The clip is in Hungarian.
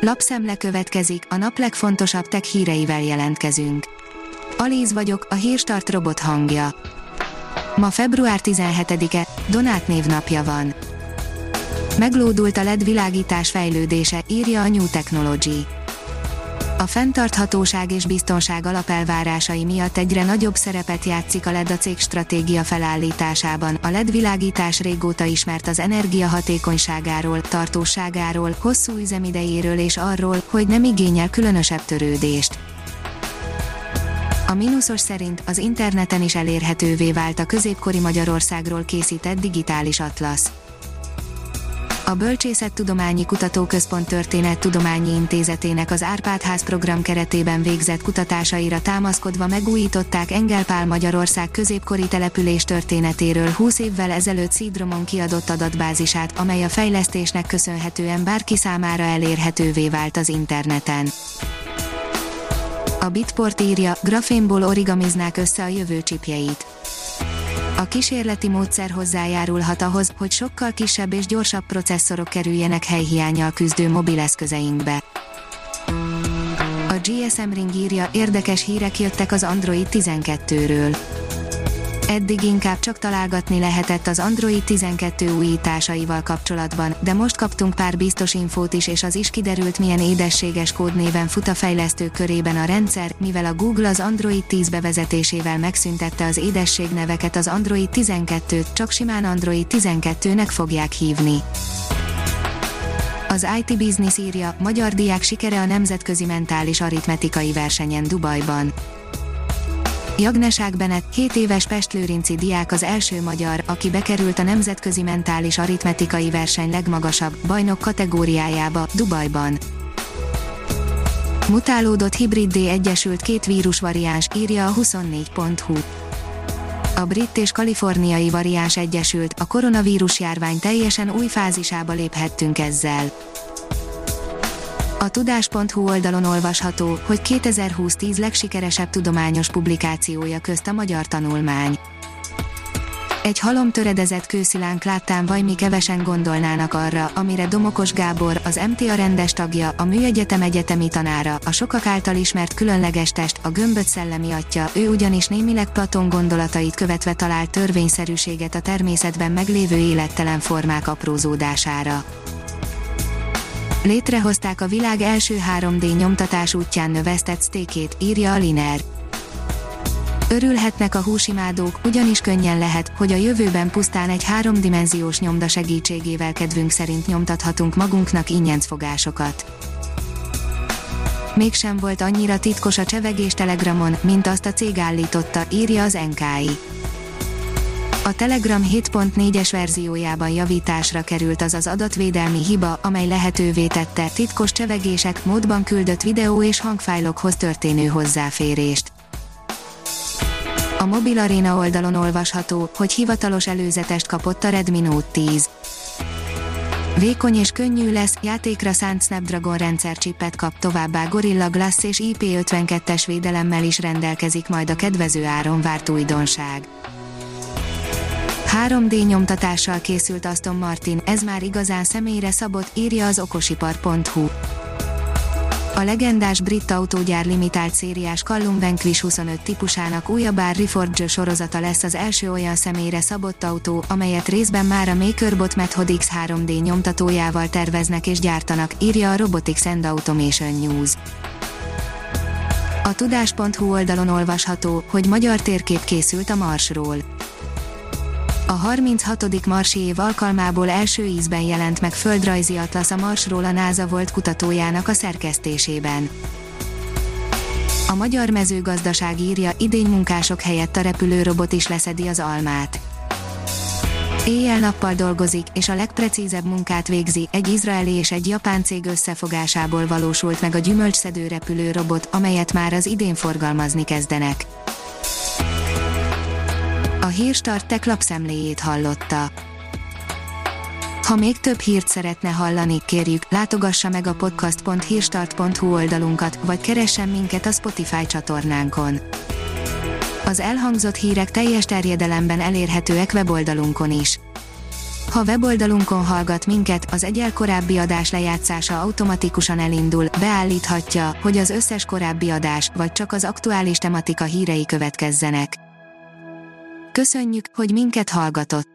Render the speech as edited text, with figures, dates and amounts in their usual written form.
Lapszemle következik, a nap legfontosabb tech híreivel jelentkezünk. Alíz vagyok, a Hírstart robot hangja. Ma február 17-e, Donát névnapja van. Meglódult a LED világítás fejlődése, írja a New Technology. A fenntarthatóság és biztonság alapelvárásai miatt egyre nagyobb szerepet játszik a LED a cég stratégia felállításában. A LED világítás régóta ismert az energiahatékonyságáról, tartóságáról, hosszú üzemidejéről és arról, hogy nem igényel különösebb törődést. A mínuszos szerint az interneten is elérhetővé vált a középkori Magyarországról készített digitális atlasz. A Bölcsészettudományi Kutatóközpont Történettudományi Intézetének az Árpád-ház program keretében végzett kutatásaira támaszkodva megújították Engelpál Magyarország középkori település történetéről 20 évvel ezelőtt CD-ROM-on kiadott adatbázisát, amely a fejlesztésnek köszönhetően bárki számára elérhetővé vált az interneten. A Bitport írja, grafénból origamiznák össze a jövő csipjeit. A kísérleti módszer hozzájárulhat ahhoz, hogy sokkal kisebb és gyorsabb processzorok kerüljenek helyhiánnyal küzdő mobileszközeinkbe. A GSM Ring írja, érdekes hírek jöttek az Android 12-ről. Eddig inkább csak találgatni lehetett az Android 12 újításaival kapcsolatban, de most kaptunk pár biztos infót is, és az is kiderült, milyen édességes kódnéven fut a fejlesztők körében a rendszer, mivel a Google az Android 10 bevezetésével megszüntette az édességneveket, az Android 12-t csak simán Android 12-nek fogják hívni. Az IT Business írja, magyar diák sikere a nemzetközi mentális aritmetikai versenyen Dubajban. Jagnesák Benett, 7 éves pestlőrinci diák az első magyar, aki bekerült a nemzetközi mentális aritmetikai verseny legmagasabb, bajnok kategóriájába, Dubajban. Mutálódott hibriddé egyesült két vírusvariáns, írja a 24.hu. A brit és kaliforniai variáns egyesült, a koronavírus járvány teljesen új fázisába léphettünk ezzel. A tudás.hu oldalon olvasható, hogy 2020 10 legsikeresebb tudományos publikációja közt a magyar tanulmány. Egy halom töredezett kőszilánk láttán vajmi kevesen gondolnának arra, amire Domokos Gábor, az MTA rendes tagja, a Műegyetem egyetemi tanára, a sokak által ismert különleges test, a gömböt szellemi atya, ő ugyanis némileg Platón gondolatait követve talált törvényszerűséget a természetben meglévő élettelen formák aprózódására. Létrehozták a világ első 3D nyomtatás útján növesztett sztékét, írja a Liner. Örülhetnek a húsimádók, ugyanis könnyen lehet, hogy a jövőben pusztán egy 3D-dimenziós nyomda segítségével kedvünk szerint nyomtathatunk magunknak ingyencfogásokat. Mégsem volt annyira titkos a csevegés Telegramon, mint azt a cég állította, írja az NKI. A Telegram 7.4-es verziójában javításra került az adatvédelmi hiba, amely lehetővé tette titkos csevegések módban küldött videó és hangfájlokhoz történő hozzáférést. A Mobil Arena oldalon olvasható, hogy hivatalos előzetest kapott a Redmi Note 10. Vékony és könnyű lesz, játékra szánt Snapdragon rendszercsippet kap, továbbá Gorilla Glass és IP52-es védelemmel is rendelkezik majd a kedvező áron várt újdonság. 3D nyomtatással készült Aston Martin, ez már igazán személyre szabott, írja az okosipar.hu. A legendás brit autógyár limitált szériás Callum Vanquish 25 típusának újabb Reforged sorozata lesz az első olyan személyre szabott autó, amelyet részben már a MakerBot Method X 3D nyomtatójával terveznek és gyártanak, írja a Robotics and Automation News. A tudás.hu oldalon olvasható, hogy magyar térkép készült a Marsról. A 36. marsi év alkalmából első ízben jelent meg földrajzi atlasz a Marsról a NASA volt kutatójának a szerkesztésében. A magyar mezőgazdaság írja, idény munkások helyett a repülőrobot is leszedi az almát. Éjjel-nappal dolgozik, és a legprecízebb munkát végzi, egy izraeli és egy japán cég összefogásából valósult meg a gyümölcsszedő repülőrobot, amelyet már az idén forgalmazni kezdenek. A Hírstart Tech lapszemléjét hallotta. Ha még több hírt szeretne hallani, kérjük, látogassa meg a podcast.hírstart.hu oldalunkat, vagy keressen minket a Spotify csatornánkon. Az elhangzott hírek teljes terjedelemben elérhetőek weboldalunkon is. Ha weboldalunkon hallgat minket, az egy korábbi adás lejátszása automatikusan elindul, beállíthatja, hogy az összes korábbi adás, vagy csak az aktuális tematika hírei következzenek. Köszönjük, hogy minket hallgatott!